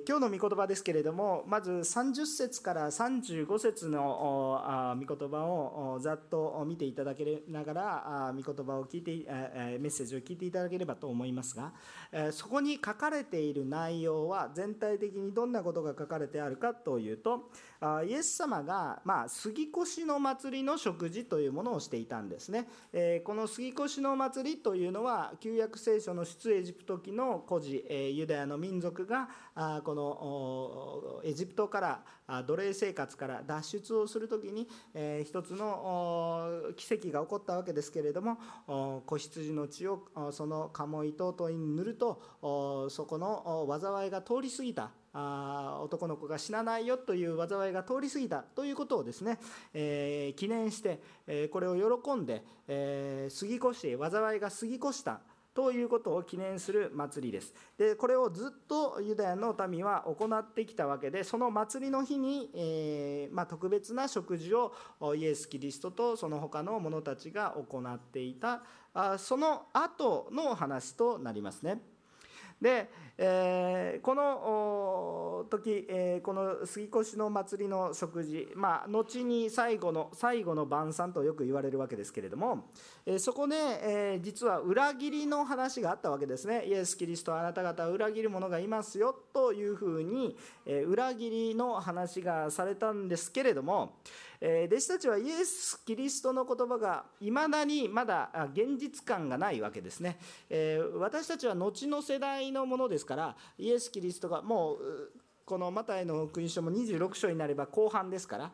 今日の御言葉ですけれども、まず30節から35節の御言葉をざっと見ていただけながら御言葉を聞いてメッセージを聞いていただければと思いますが、そこに書かれている内容は全体的にどんなことが書かれてあるかというと、イエス様が杉越の祭りの食事というものをしていたんですね。この杉越の祭りというのは旧約聖書の出エジプト記の孤児ユダヤの民族がこのエジプトから奴隷生活から脱出をするときに一つの奇跡が起こったわけですけれども、子羊の血をその鴨糸等に塗るとそこの災いが通り過ぎた、男の子が死なないよという災いが通り過ぎたということをですね、記念してこれを喜んで過ぎ越し災いが過ぎ越したということを記念する祭りです。でこれをずっとユダヤの民は行ってきたわけで、その祭りの日に、特別な食事をイエス・キリストとその他の者たちが行っていたその後の話となりますね。で、この時、この杉越の祭りの食事、後に最後の晩餐とよく言われるわけですけれども、そこで、実は裏切りの話があったわけですね。イエス・キリストはあなた方を裏切る者がいますよというふうに、裏切りの話がされたんですけれども、弟子たちはイエス・キリストの言葉がいまだにまだ現実感がないわけですね。私たちは後の世代のものですから、イエス・キリストがもうこのマタイの福音書も26章になれば後半ですから、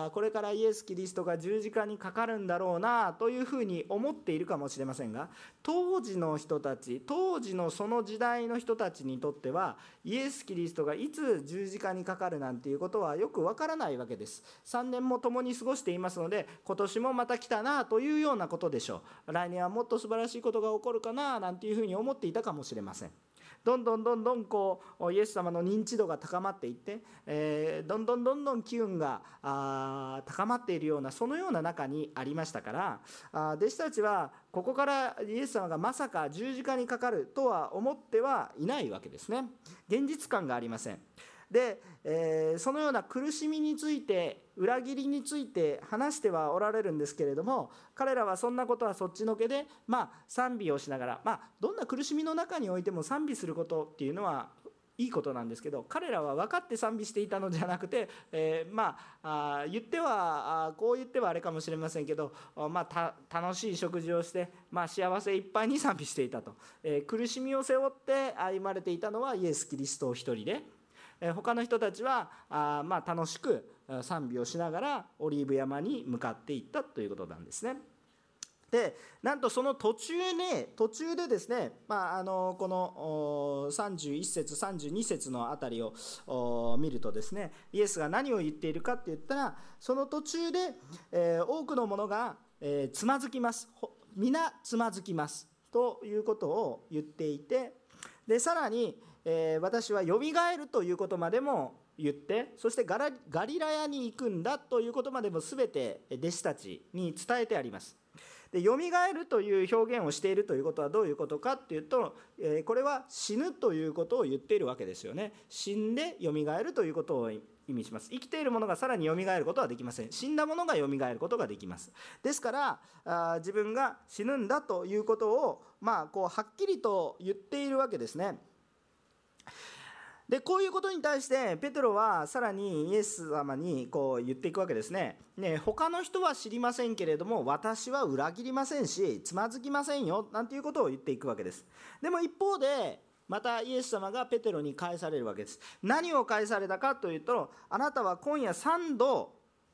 これからイエス・キリストが十字架にかかるんだろうなというふうに思っているかもしれませんが、当時の人たち、当時のその時代の人たちにとってはイエス・キリストがいつ十字架にかかるなんていうことはよくわからないわけです。3年も共に過ごしていますので、今年もまた来たなというようなことでしょう。来年はもっと素晴らしいことが起こるかななんていうふうに思っていたかもしれません。どんどんこうイエス様の認知度が高まっていって、どんどん機運が高まっているような、そのような中にありましたから、弟子たちはここからイエス様がまさか十字架にかかるとは思ってはいないわけですね。現実感がありません。で、そのような苦しみについて、裏切りについて話してはおられるんですけれども、彼らはそんなことはそっちのけで、賛美をしながら、どんな苦しみの中においても賛美することっていうのはいいことなんですけど、彼らは分かって賛美していたのじゃなくて、言ってはこう言ってはあれかもしれませんけど、楽しい食事をして、幸せいっぱいに賛美していたと、苦しみを背負って歩まれていたのはイエス・キリストお一人で、他の人たちは楽しく賛美をしながらオリーブ山に向かっていったということなんですね。でなんとその途中でですね、この31節32節のあたりを見るとですね、イエスが何を言っているかって言ったら、その途中で、多くの者が、つまずきます、皆つまずきますということを言っていて、でさらに私はよみがえるということまでも言って、そしてガリラヤに行くんだということまでも全て弟子たちに伝えてあります。でよみがえるという表現をしているということはどういうことかっていうと、これは死ぬということを言っているわけですよね。死んでよみがえるということを意味します。生きているものがさらによみがえることはできません。死んだものがよみがえることができます。ですから自分が死ぬんだということをはっきりと言っているわけですね。でこういうことに対してペテロはさらにイエス様にこう言っていくわけですね。他の人は知りませんけれども、私は裏切りませんしつまずきませんよなんていうことを言っていくわけです。でも一方でまたイエス様がペテロに返されるわけです。何を返されたかというと、あなたは今夜3度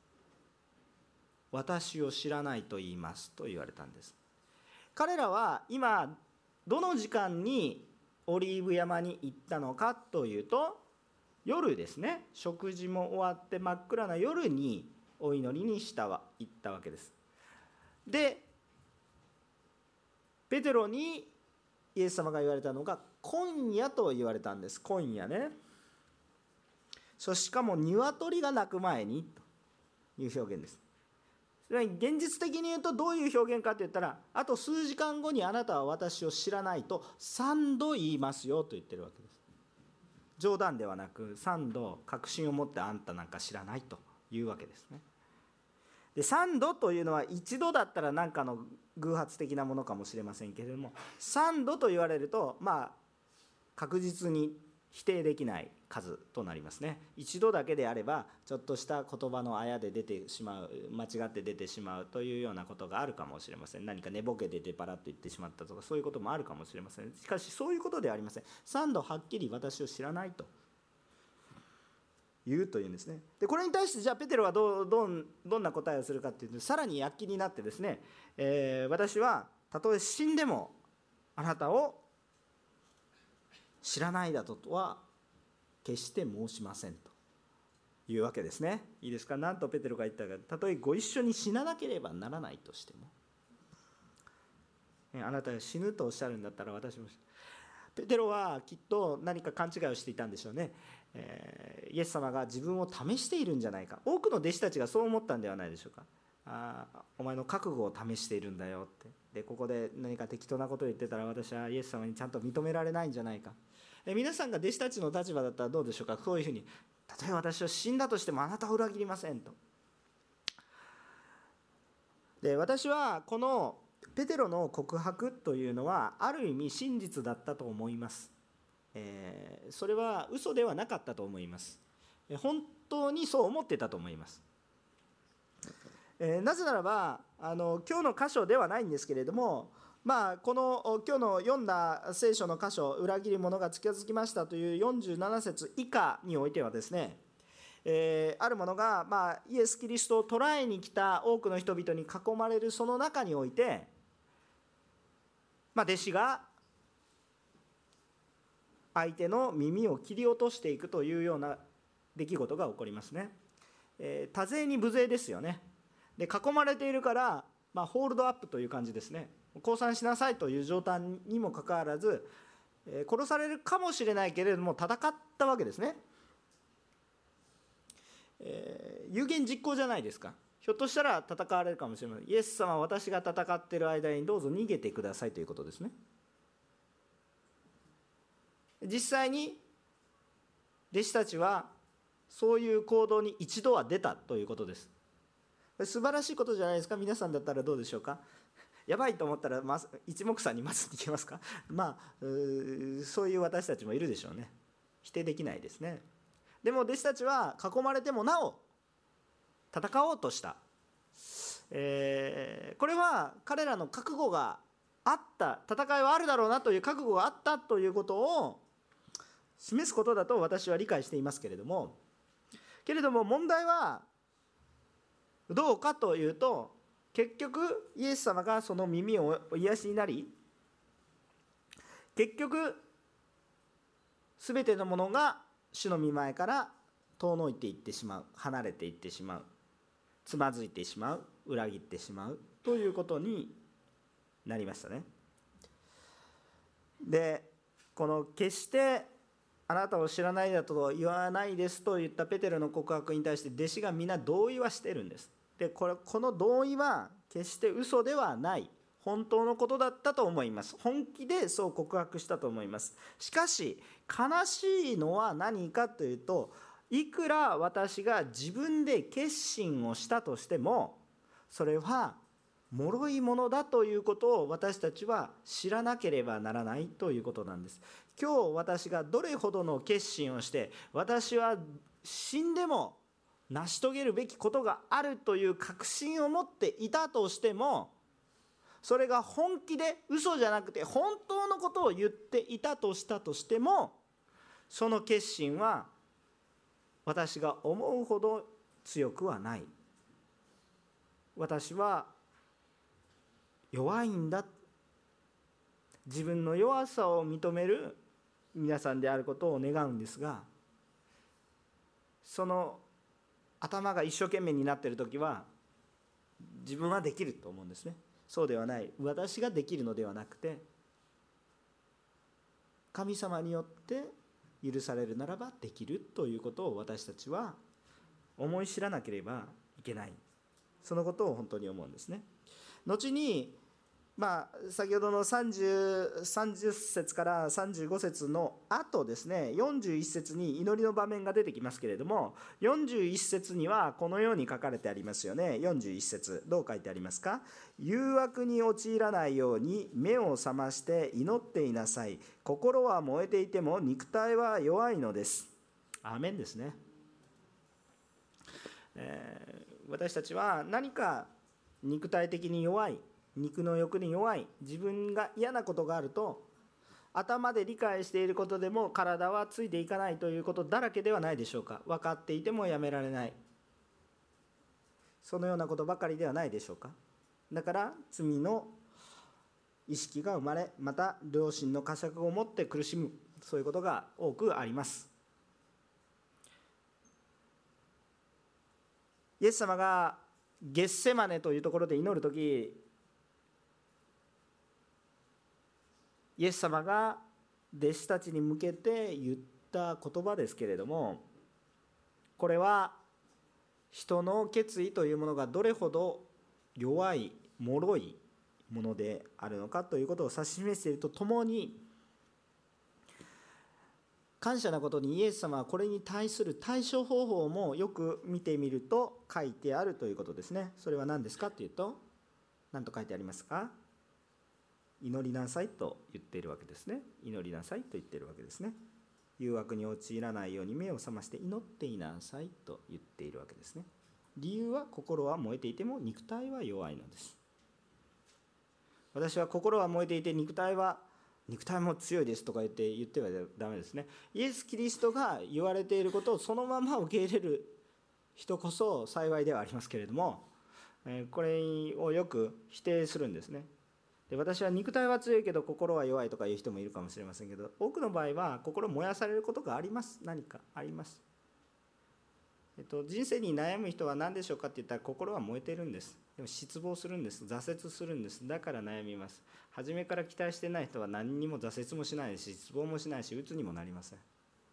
私を知らないと言いますと言われたんです。彼らは今どの時間にオリーブ山に行ったのかというと、夜ですね。食事も終わって真っ暗な夜にお祈りに行ったわけです。でペテロにイエス様が言われたのが今夜と言われたんです。今夜ね。しかも鶏が鳴く前にという表現です。それは現実的に言うとどういう表現かといったら、あと数時間後にあなたは私を知らないと3度言いますよと言ってるわけです。 冗談ではなく3度確信を持ってあんたなんか知らないというわけですね。で3度というのは1度だったら何かの偶発的なものかもしれませんけれども、3度と言われると確実に否定できない数となりますね。1度だけであればちょっとした言葉のあやで出てしまう、間違って出てしまうというようなことがあるかもしれません。何か寝ぼけて出パラッと言ってしまったとか、そういうこともあるかもしれません。しかしそういうことではありません。3度はっきり私を知らないと言うというんですね。でこれに対してじゃあペテロはどんな答えをするかというと、さらに躍起になってですね、私はたとえ死んでもあなたを知らないだとは決して申しませんというわけですね。いいですか。なんとペテロが言ったか、たとえご一緒に死ななければならないとしても、あなたが死ぬとおっしゃるんだったら私も。ペテロはきっと何か勘違いをしていたんでしょうね。イエス様が自分を試しているんじゃないか。多くの弟子たちがそう思ったんではないでしょうか。お前の覚悟を試しているんだよって。でここで何か適当なことを言ってたら私はイエス様にちゃんと認められないんじゃないか。皆さんが弟子たちの立場だったらどうでしょうか。そういうふうに、たとえ私は死んだとしてもあなたを裏切りませんと。で私はこのペテロの告白というのはある意味真実だったと思います。それは嘘ではなかったと思います。本当にそう思ってたと思います。なぜならば今日の箇所ではないんですけれども、この今日の読んだ聖書の箇所、裏切り者が近づきましたという47節以下においてはですね、ある者が、イエス・キリストを捕らえに来た多くの人々に囲まれるその中において、弟子が相手の耳を切り落としていくというような出来事が起こりますね。多勢に無勢ですよね。で囲まれているから、ホールドアップという感じですね。降参しなさいという状態にもかかわらず、殺されるかもしれないけれども戦ったわけですね。有言実行じゃないですか。ひょっとしたら戦われるかもしれません。イエス様は私が戦っている間にどうぞ逃げてくださいということですね。実際に弟子たちはそういう行動に一度は出たということです。素晴らしいことじゃないですか。皆さんだったらどうでしょうか。やばいと思ったら一目散に待つに行きますか。そういう私たちもいるでしょうね。否定できないですね。でも弟子たちは囲まれてもなお戦おうとした、これは彼らの覚悟があった、戦いはあるだろうなという覚悟があったということを示すことだと私は理解していますけれども、問題はどうかというと、結局イエス様がその耳をお癒しになり、結局全てのものが主の御前から遠のいていってしまう、離れていってしまう、つまずいてしまう、裏切ってしまうということになりましたね。でこの決してあなたを知らないだとは言わないですと言ったペテロの告白に対して弟子が皆同意はしているんです。でこの同意は決して嘘ではない、本当のことだったと思います。本気でそう告白したと思います。しかし悲しいのは何かというと、いくら私が自分で決心をしたとしてもそれは脆いものだということを私たちは知らなければならないということなんです。今日私がどれほどの決心をして私は死んでも成し遂げるべきことがあるという確信を持っていたとしても、それが本気で嘘じゃなくて本当のことを言っていたとしたとしても、その決心は私が思うほど強くはない。私は弱いんだ、自分の弱さを認める皆さんであることを願うんですが、その頭が一生懸命になっている時は自分はできると思うんですね。そうではない。私ができるのではなくて、神様によって許されるならばできるということを私たちは思い知らなければいけない。そのことを本当に思うんですね。後に先ほどの30節から35節の後ですね、41節に祈りの場面が出てきますけれども、41節にはこのように書かれてありますよね。41節どう書いてありますか。誘惑に陥らないように目を覚まして祈っていなさい。心は燃えていても肉体は弱いのです。アーメンですね。私たちは何か肉体的に弱い、肉の欲に弱い、自分が嫌なことがあると、頭で理解していることでも体はついていかないということだらけではないでしょうか。分かっていてもやめられない、そのようなことばかりではないでしょうか。だから罪の意識が生まれ、また良心の呵責を持って苦しむ、そういうことが多くあります。イエス様がゲッセマネというところで祈るとき、イエス様が弟子たちに向けて言った言葉ですけれども、これは人の決意というものがどれほど弱い、脆いものであるのかということを指し示しているとともに、感謝なことにイエス様はこれに対する対処方法もよく見てみると書いてあるということですね。それは何ですかというと、何と書いてありますか。祈りなさいと言っているわけですね。祈りなさいと言っているわけですね。誘惑に陥らないように目を覚まして祈っていなさいと言っているわけですね。理由は心は燃えていても肉体は弱いのです。私は心は燃えていて肉体も強いですとか言ってはダメですね。イエス・キリストが言われていることをそのまま受け入れる人こそ幸いではありますけれども、これをよく否定するんですね。で、私は肉体は強いけど心は弱いとかいう人もいるかもしれませんけど、多くの場合は心燃やされることがあります。何かあります。人生に悩む人は何でしょうかって言ったら、心は燃えているんです。でも失望するんです。挫折するんです。だから悩みます。初めから期待してない人は何にも挫折もしないし、失望もしないし、鬱にもなりません。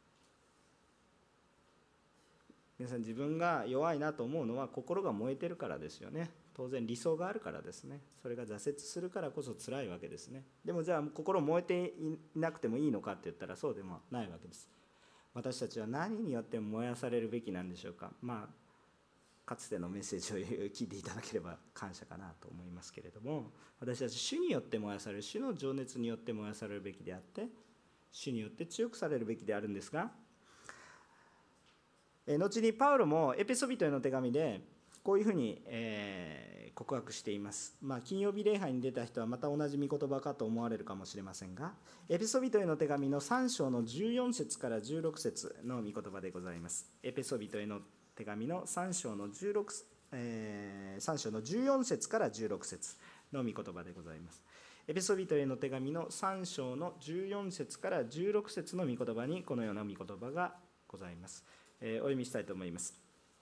皆さん、自分が弱いなと思うのは心が燃えてるからですよね。当然理想があるからですね。それが挫折するからこそ辛いわけですね。でもじゃあ心燃えていなくてもいいのかって言ったらそうでもないわけです。私たちは何によって燃やされるべきなんでしょうか。かつてのメッセージを聞いていただければ感謝かなと思いますけれども、私たち主によって燃やされる、主の情熱によって燃やされるべきであって、主によって強くされるべきであるんですが、後にパウロもエペソビトへの手紙でこういうふうに告白しています。金曜日礼拝に出た人はまた同じ御言葉かと思われるかもしれませんが、エペソビトへの手紙の3章の14節から16節の御言葉でございます。エペソビトへの手紙の3章の14節から16節の御言葉でございます。エペソビトへの手紙の3章の14節から16節の御言葉にこのような御言葉がございます。お読みしたいと思います。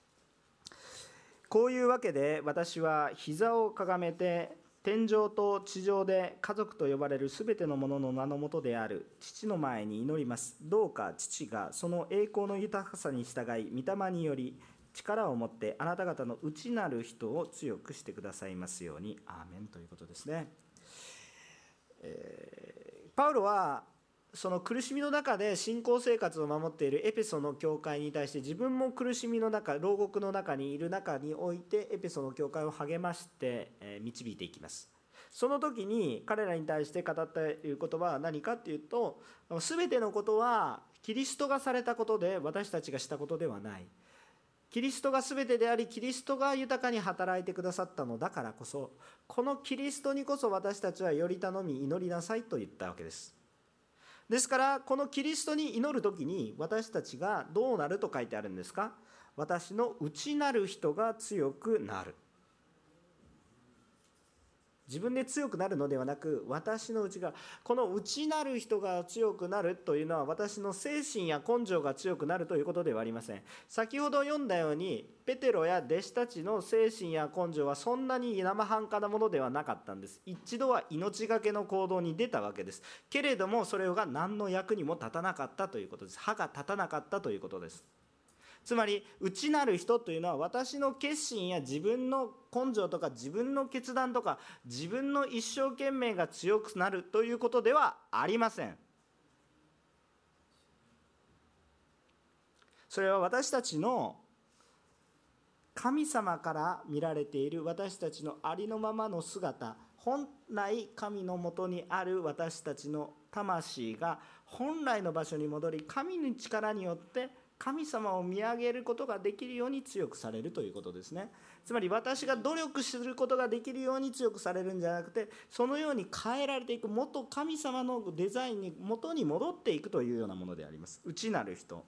こういうわけで私は膝をかがめて天上と地上で家族と呼ばれるすべてのものの名のもとである父の前に祈ります。どうか父がその栄光の豊かさに従い御霊により力を持ってあなた方の内なる人を強くしてくださいますように。アーメンということですね。パウロはその苦しみの中で信仰生活を守っているエペソの教会に対して、自分も苦しみの中、牢獄の中にいる中においてエペソの教会を励まして導いていきます。その時に彼らに対して語っている言葉は何かというと、全てのことはキリストがされたことで私たちがしたことではない。キリストが全てであり、キリストが豊かに働いてくださったのだからこそ、このキリストにこそ私たちはより頼み祈りなさいと言ったわけです。ですからこのキリストに祈るときに私たちがどうなると書いてあるんですか。私の内なる人が強くなる。自分で強くなるのではなく、私の内が、この内なる人が強くなるというのは私の精神や根性が強くなるということではありません。先ほど読んだようにペテロや弟子たちの精神や根性はそんなに生半可なものではなかったんです。一度は命がけの行動に出たわけです。けれどもそれが何の役にも立たなかったということです。歯が立たなかったということです。 つまり内なる人というのは、私の決心や自分の根性とか自分の決断とか自分の一生懸命が強くなるということではありません。それは私たちの神様から見られている私たちのありのままの姿、本来神のもとにある私たちの魂が本来の場所に戻り、神の力によって神様を見上げることができるように強くされるということですね。つまり私が努力することができるように強くされるんじゃなくて、そのように変えられていく、元神様のデザインに元に戻っていくというようなものであります。内なる人、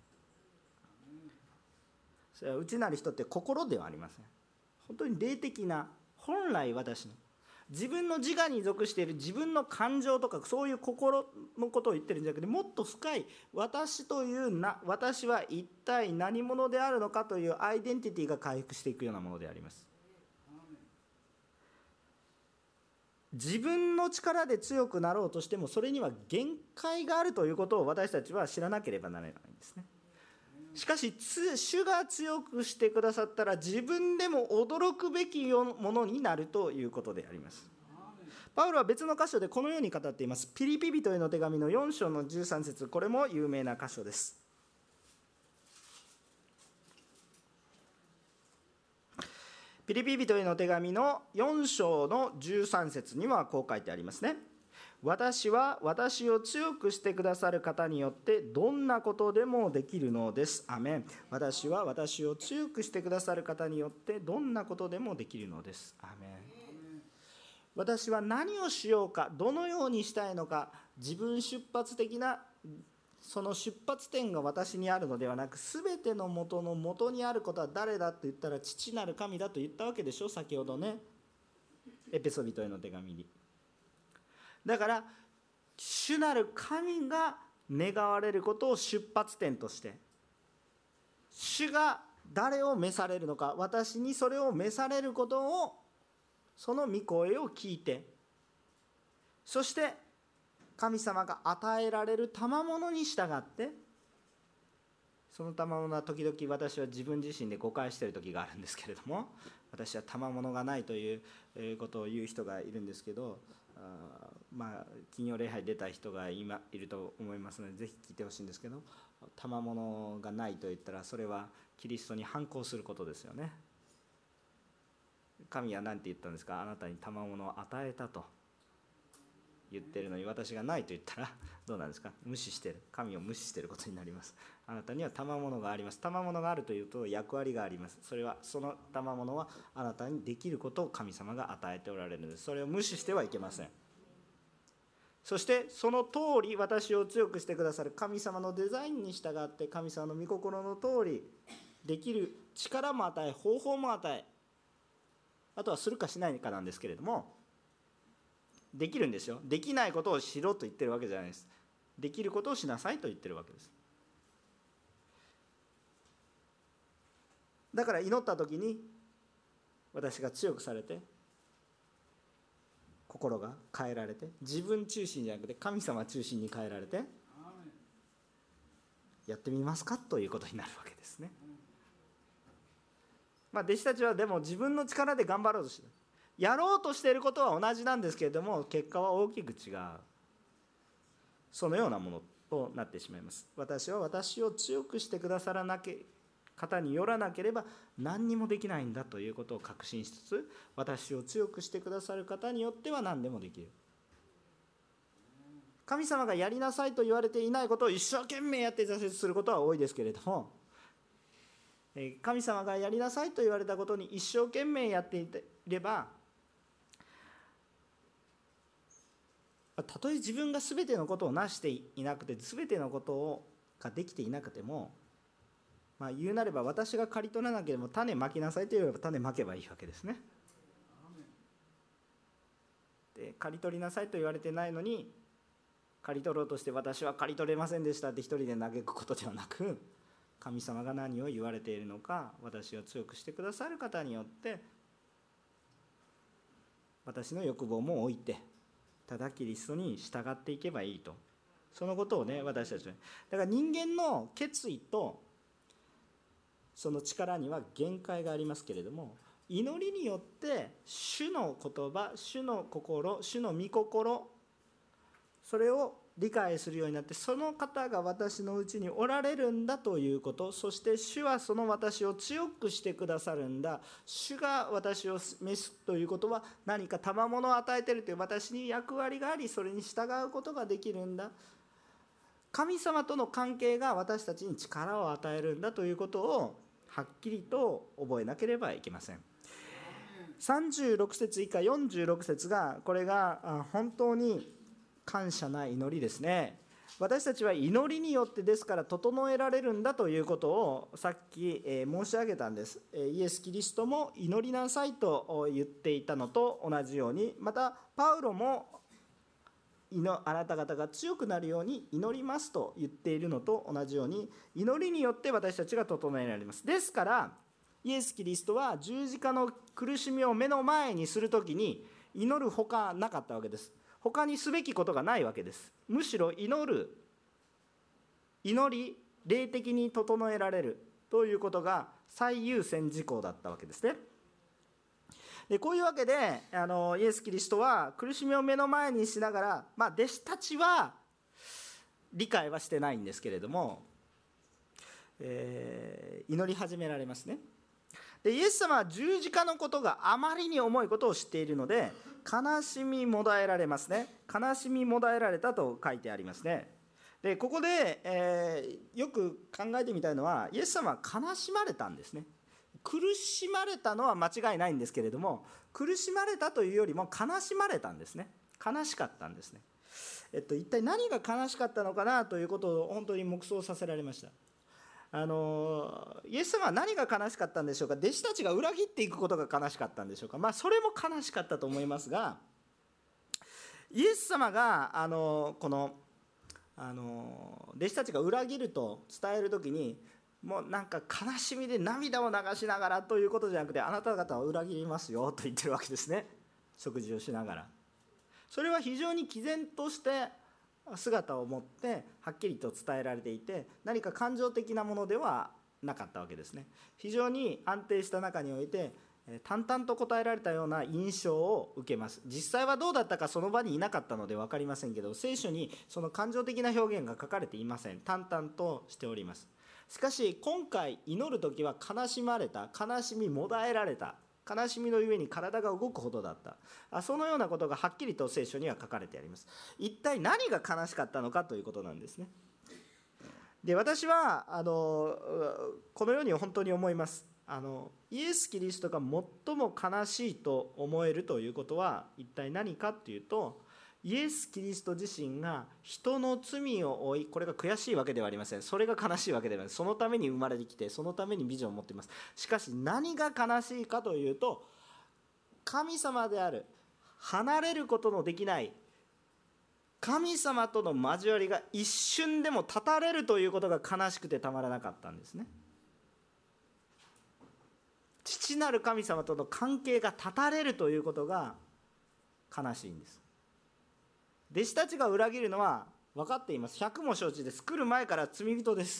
それは内なる人って心ではありません。本当に霊的な、本来私の自分の自我に属している自分の感情とか、そういう心のことを言ってるんじゃなくて、もっと深い私という私は一体何者であるのかというアイデンティティが回復していくようなものであります。自分の力で強くなろうとしても、それには限界があるということを私たちは知らなければならないんですね。しかし主が強くしてくださったら、自分でも驚くべきものになるということであります。パウロは別の箇所でこのように語っています。ピリピ人への手紙の4章の13節、これも有名な箇所です。ピリピ人への手紙の4章の13節にはこう書いてありますね。私は私を強くしてくださる方によってどんなことでもできるのです。アメン。私は私を強くしてくださる方によってどんなことでもできるのです。アメン。私は何をしようか、どのようにしたいのか、自分出発的なその出発点が私にあるのではなく、全ての元の元にあることは誰だと言ったら、父なる神だと言ったわけでしょ、先ほどね、エペソビトへの手紙に。だから主なる神が願われることを出発点として、主が誰を召されるのか、私にそれを召されることを、その御声を聞いて、そして神様が与えられる賜物に従って、その賜物は時々私は自分自身で誤解している時があるんですけれども、私は賜物がないということを言う人がいるんですけど、金曜礼拝出た人が今いると思いますので、ぜひ聞いてほしいんですけど、賜物がないと言ったら、それはキリストに反抗することですよね。神は何て言ったんですか。あなたに賜物を与えたと言ってるのに、私がないと言ったらどうなんですか。無視してる、神を無視していることになります。あなたには賜物があります。賜物があるというと役割があります。それはその賜物はあなたにできることを神様が与えておられるのです。それを無視してはいけません。そしてその通り私を強くしてくださる神様のデザインに従って、神様の御心の通りできる力も与え、方法も与え、あとはするかしないかなんですけれども、できるんですよ。できないことをしろと言ってるわけじゃないです。できることをしなさいと言ってるわけです。だから祈った時に私が強くされて、心が変えられて、自分中心じゃなくて神様中心に変えられて、やってみますかということになるわけですね。弟子たちはでも自分の力で頑張ろうとしてる、やろうとしていることは同じなんですけれども、結果は大きく違う、そのようなものとなってしまいます。私は私を強くしてくださらなけ方によらなければ何にもできないんだということを確信しつつ、私を強くしてくださる方によっては何でもできる。神様がやりなさいと言われていないことを一生懸命やって挫折することは多いですけれども、神様がやりなさいと言われたことに一生懸命やっていれば、たとえ自分が全てのことを成していなくて、全てのことができていなくても、言うなれば私が刈り取らなければ種まきなさいと言えば種まけばいいわけですね。で刈り取りなさいと言われてないのに、刈り取ろうとして私は刈り取れませんでしたって一人で嘆くことではなく、神様が何を言われているのか、私を強くしてくださる方によって私の欲望も置いて、ただキリストに従っていけばいいと、そのことをね、私たちはだから人間の決意とその力には限界がありますけれども、祈りによって主の言葉、主の心、主の御心、それを理解するようになって、その方が私のうちにおられるんだということ、そして主はその私を強くしてくださるんだ、主が私を召すということは何か賜物を与えているという私に役割があり、それに従うことができるんだ、神様との関係が私たちに力を与えるんだということをはっきりと覚えなければいけません。36節以下46節が、これが本当に感謝な祈りですね。私たちは祈りによってですから整えられるんだということをさっき申し上げたんです。イエス・キリストも祈りなさいと言っていたのと同じように、またパウロもあなた方が強くなるように祈りますと言っているのと同じように、祈りによって私たちが整えられます。ですからイエス・キリストは十字架の苦しみを目の前にするときに祈るほかなかったわけです。他にすべきことがないわけです。むしろ祈り、霊的に整えられるということが最優先事項だったわけですね。でこういうわけでイエス・キリストは苦しみを目の前にしながら、弟子たちは理解はしてないんですけれども、祈り始められますね。でイエス様は十字架のことがあまりに重いことを知っているので、悲しみもだえられますね。悲しみもだえられたと書いてありますね。でここで、よく考えてみたいのは、イエス様は悲しまれたんですね。苦しまれたのは間違いないんですけれども、苦しまれたというよりも悲しまれたんですね。悲しかったんですね。一体何が悲しかったのかなということを本当に黙想させられました。イエス様は何が悲しかったんでしょうか。弟子たちが裏切っていくことが悲しかったんでしょうか。それも悲しかったと思いますが、イエス様がこの弟子たちが裏切ると伝えるときに、もうなんか悲しみで涙を流しながらということじゃなくて、あなた方は裏切りますよと言ってるわけですね。食事をしながら。それは非常に毅然として姿を持ってはっきりと伝えられていて、何か感情的なものではなかったわけですね。非常に安定した中において淡々と答えられたような印象を受けます。実際はどうだったかその場にいなかったので分かりませんけど、聖書にその感情的な表現が書かれていません。淡々としております。しかし今回祈る時は悲しまれた、悲しみもだえられた、悲しみのゆえに体が動くほどだった、そのようなことがはっきりと聖書には書かれてあります。一体何が悲しかったのかということなんですね。で私はこのように本当に思います。イエス・キリストが最も悲しいと思えるということは一体何かというと、イエス・キリスト自身が人の罪を負い、これが悔しいわけではありません。それが悲しいわけではない。そのために生まれてきて、そのためにビジョンを持っています。しかし何が悲しいかというと、神様である離れることのできない神様との交わりが一瞬でも断たれるということが悲しくてたまらなかったんですね。父なる神様との関係が断たれるということが悲しいんです。弟子たちが裏切るのは分かっています。百も承知です。来る前から罪人です。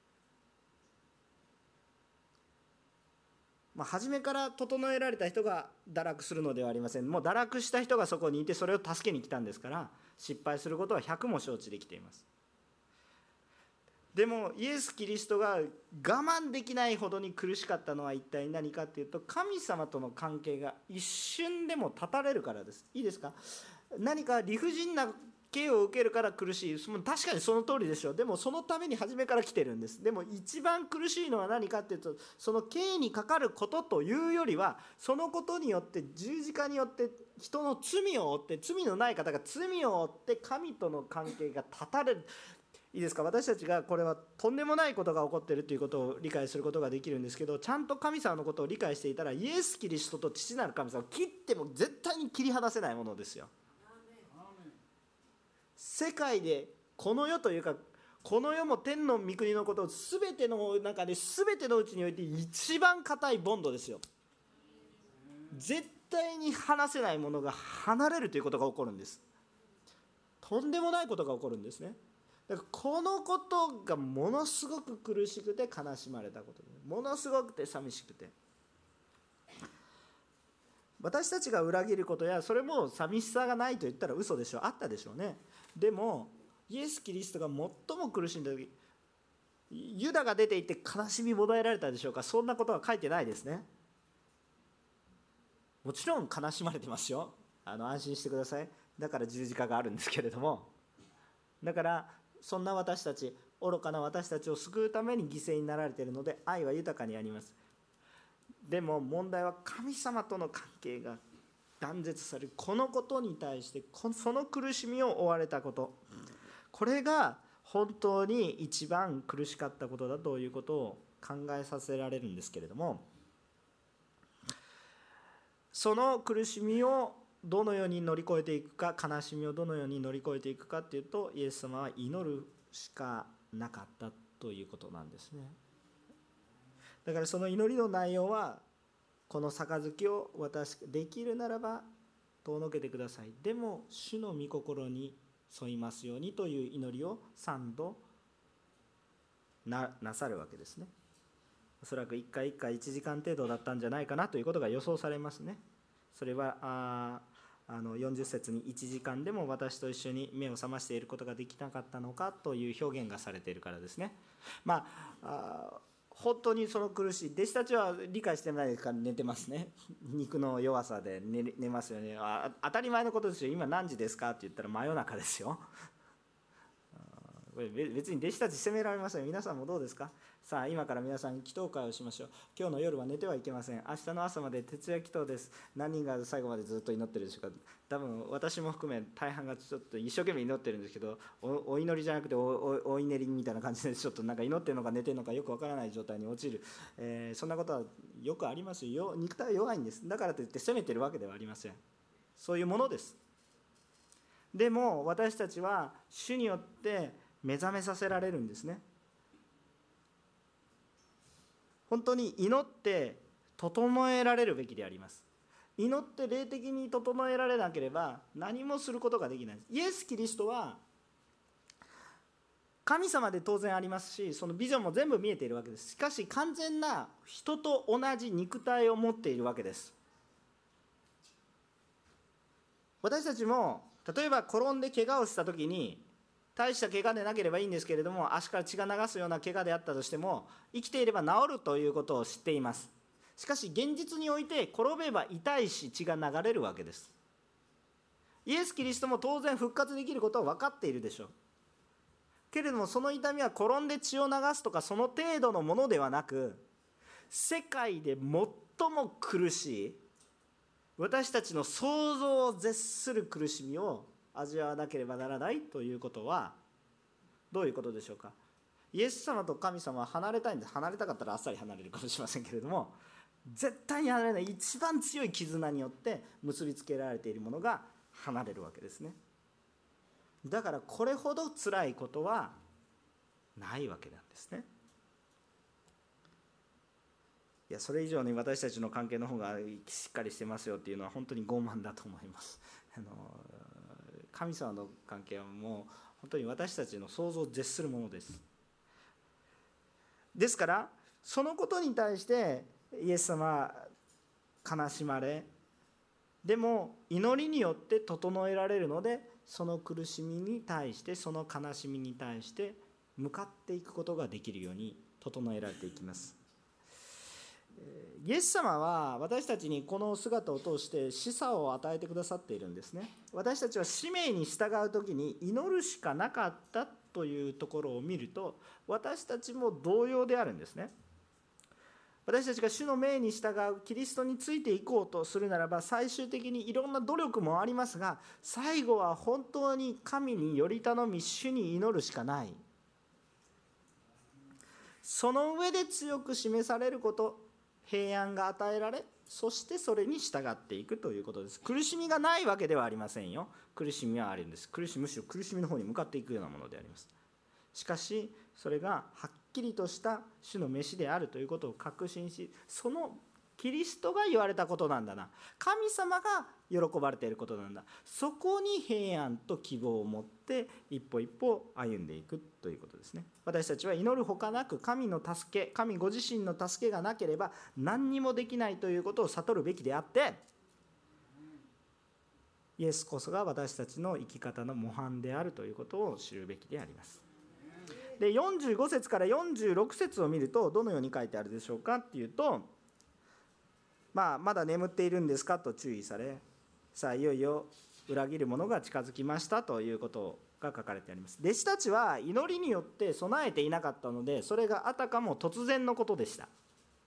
初めから整えられた人が堕落するのではありません。もう堕落した人がそこにいて、それを助けに来たんですから、失敗することは百も承知できています。でもイエス・キリストが我慢できないほどに苦しかったのは一体何かというと、神様との関係が一瞬でも断たれるからです。いいですか。何か理不尽な刑を受けるから苦しい、確かにその通りでしょう。でもそのために初めから来てるんです。でも一番苦しいのは何かというと、その刑にかかることというよりは、そのことによって十字架によって人の罪を負って、罪のない方が罪を負って神との関係が断たれる。いいですか。私たちがこれはとんでもないことが起こっているということを理解することができるんですけど、ちゃんと神様のことを理解していたら、イエス・キリストと父なる神様を切っても絶対に切り離せないものですよ。世界でこの世というか、この世も天の御国のことを全ての中で、全てのうちにおいて一番固いボンドですよ。絶対に離せないものが離れるということが起こるんです。とんでもないことが起こるんですね。だからこのことがものすごく苦しくて悲しまれたことで、 ものすごくて寂しくて、私たちが裏切ることや、それも寂しさがないと言ったら嘘でしょう、あったでしょうね。でもイエス・キリストが最も苦しんだ時、ユダが出て行って悲しみもだえられたでしょうか。そんなことは書いてないですね。もちろん悲しまれてますよ。安心してください。だから十字架があるんですけれども、だからそんな私たち、愚かな私たちを救うために犠牲になられているので、愛は豊かにあります。でも問題は神様との関係が断絶されるこのことに対して、その苦しみを負われたこと、これが本当に一番苦しかったことだということを考えさせられるんですけれども、その苦しみをどのように乗り越えていくか、悲しみをどのように乗り越えていくかというと、イエス様は祈るしかなかったということなんですね。だからその祈りの内容は、この杯を私できるならば遠のけてください、でも主の御心に沿いますようにという祈りを3度 なさるわけですね。おそらく1回1回1時間程度だったんじゃないかなということが予想されますね。それは40節に1時間でも私と一緒に目を覚ましていることができなかったのかという表現がされているからですね。本当にその苦しい、弟子たちは理解してないから寝てますね。肉の弱さで 寝ますよね。当たり前のことですよ。今何時ですかって言ったら真夜中ですよ。これ別に弟子たち責められません。皆さんもどうですか。さあ今から皆さん祈祷会をしましょう。今日の夜は寝てはいけません。明日の朝まで徹夜祈祷です。何人が最後までずっと祈ってるでしょうか。多分私も含め大半がちょっと一生懸命祈ってるんですけど、お祈りじゃなくてお祈りみたいな感じで、ちょっとなんか祈ってるのか寝てるのかよくわからない状態に陥る、そんなことはよくありますよ。肉体は弱いんです。だからといって責めてるわけではありません。そういうものです。でも私たちは主によって目覚めさせられるんですね。本当に祈って整えられるべきであります。祈って霊的に整えられなければ何もすることができないです。イエス・キリストは神様で当然ありますし、そのビジョンも全部見えているわけです。しかし完全な人と同じ肉体を持っているわけです。私たちも例えば転んで怪我をした時に、大した怪我でなければいいんですけれども、足から血が流すような怪我であったとしても、生きていれば治るということを知っています。しかし現実において転べば痛いし血が流れるわけです。イエス・キリストも当然復活できることは分かっているでしょうけれども、その痛みは転んで血を流すとかその程度のものではなく、世界で最も苦しい、私たちの想像を絶する苦しみを味わわなければならないということはどういうことでしょうか。イエス様と神様は離れたいんです。離れたかったらあっさり離れるかもしれませんけれども、絶対に離れない一番強い絆によって結びつけられているものが離れるわけですね。だからこれほど辛いことはないわけなんですね。いや、それ以上に私たちの関係の方がしっかりしてますよっていうのは本当に傲慢だと思います。神様の関係はもう本当に私たちの想像を絶するものです。ですからそのことに対してイエス様は悲しまれ、でも祈りによって整えられるので、その苦しみに対して、その悲しみに対して向かっていくことができるように整えられていきます。イエス様は私たちにこの姿を通して示唆を与えてくださっているんですね。私たちは使命に従うときに祈るしかなかったというところを見ると、私たちも同様であるんですね。私たちが主の命に従う、キリストについていこうとするならば、最終的にいろんな努力もありますが、最後は本当に神により頼み、主に祈るしかない。その上で強く示されること、平安が与えられ、そしてそれに従っていくということです。苦しみがないわけではありませんよ。苦しみはあるんです。むしろ苦しみの方に向かっていくようなものであります。しかしそれがはっきりとした主の召しであるということを確信し、そのキリストが言われたことなんだな、神様が喜ばれていることなんだ。そこに平安と希望を持って一歩一歩歩んでいくということですね。私たちは祈るほかなく神の助け、神ご自身の助けがなければ何にもできないということを悟るべきであって、イエスこそが私たちの生き方の模範であるということを知るべきであります。で、45節から46節を見るとどのように書いてあるでしょうかっていうと、まだ眠っているんですかと注意され、さあいよいよ裏切る者が近づきましたということが書かれてあります。弟子たちは祈りによって備えていなかったので、それがあたかも突然のことでした。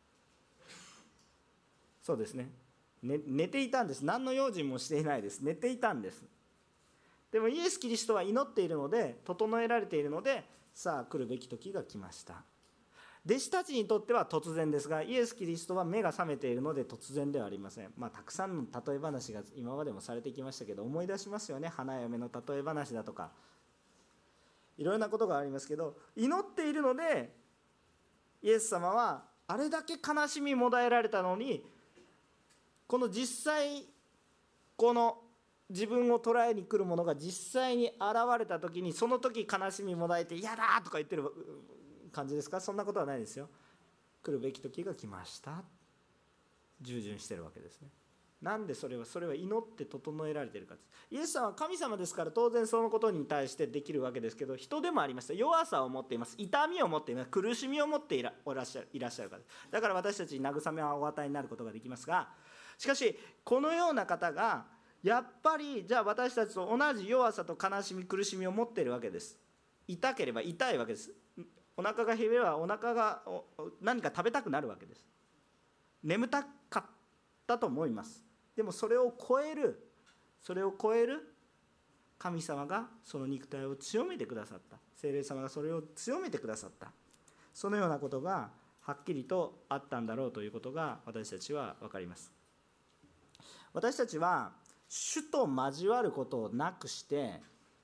そうですね、寝ていたんです。何の用心もしていないです。寝ていたんです。でもイエス・キリストは祈っているので、整えられているので、さあ来るべき時が来ました。弟子たちにとっては突然ですが、イエス・キリストは目が覚めているので突然ではありません。たくさんの例え話が今までもされてきましたけど、思い出しますよね。花嫁の例え話だとかいろんなことがありますけど、祈っているのでイエス様はあれだけ悲しみもだえられたのに、この実際この自分を捉えに来るものが実際に現れた時に、その時悲しみもだえて嫌だとか言ってる感じですか？そんなことはないですよ。来るべき時が来ました、従順してるわけですね。なんでそれは祈って整えられているかです。イエス様は神様ですから、当然そのことに対してできるわけですけど、人でもありました。弱さを持っています。痛みを持っています。苦しみを持っていらっしゃるからです。だから私たちに慰めはお与えになることができますが、しかしこのような方がやっぱりじゃあ私たちと同じ弱さと悲しみ苦しみを持っているわけです。痛ければ痛いわけです。お腹が減ればお腹が何か食べたくなるわけです。眠たかったと思います。でもそれを超える神様がその肉体を強めてくださった。聖霊様がそれを強めてくださった。そのようなことがはっきりとあったんだろうということが私たちは分かります。私たちは主と交わることをなくして、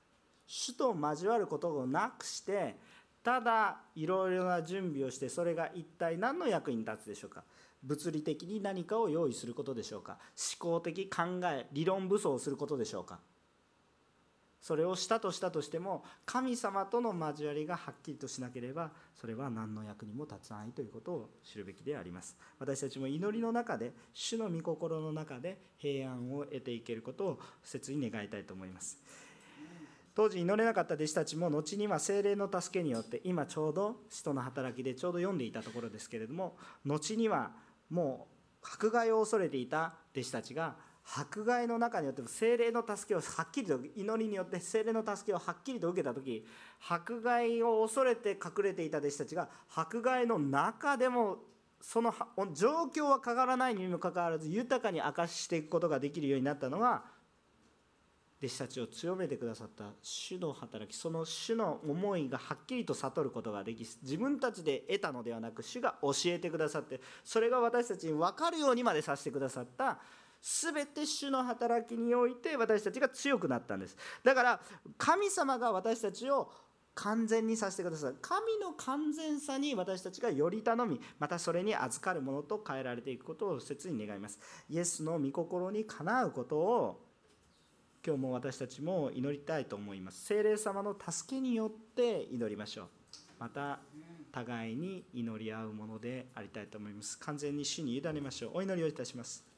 ただいろいろな準備をして、それが一体何の役に立つでしょうか。物理的に何かを用意することでしょうか。思考的考え、理論武装をすることでしょうか。それをしたとしても、神様との交わりがはっきりとしなければ、それは何の役にも立たないということを知るべきであります。私たちも祈りの中で、主の御心の中で平安を得ていけることを切に願いたいと思います。当時祈れなかった弟子たちも、後には聖霊の助けによって、今ちょうど使徒の働きでちょうど読んでいたところですけれども、後にはもう迫害を恐れていた弟子たちが、迫害の中によって聖霊の助けをはっきりと、祈りによって聖霊の助けをはっきりと受けたとき、迫害を恐れて隠れていた弟子たちが、迫害の中でもその状況は変わらないにもかかわらず豊かに明かしていくことができるようになったのが、弟子たちを強めてくださった主の働き、その主の思いがはっきりと悟ることができ、自分たちで得たのではなく、主が教えてくださって、それが私たちに分かるようにまでさせてくださった、すべて主の働きにおいて私たちが強くなったんです。だから神様が私たちを完全にさせてくださる。神の完全さに私たちがより頼み、またそれに預かるものと変えられていくことを切に願います。イエスの御心にかなうことを今日も私たちも祈りたいと思います。聖霊様の助けによって祈りましょう。また互いに祈り合うものでありたいと思います。完全に主に委ねましょう。お祈りをいたします。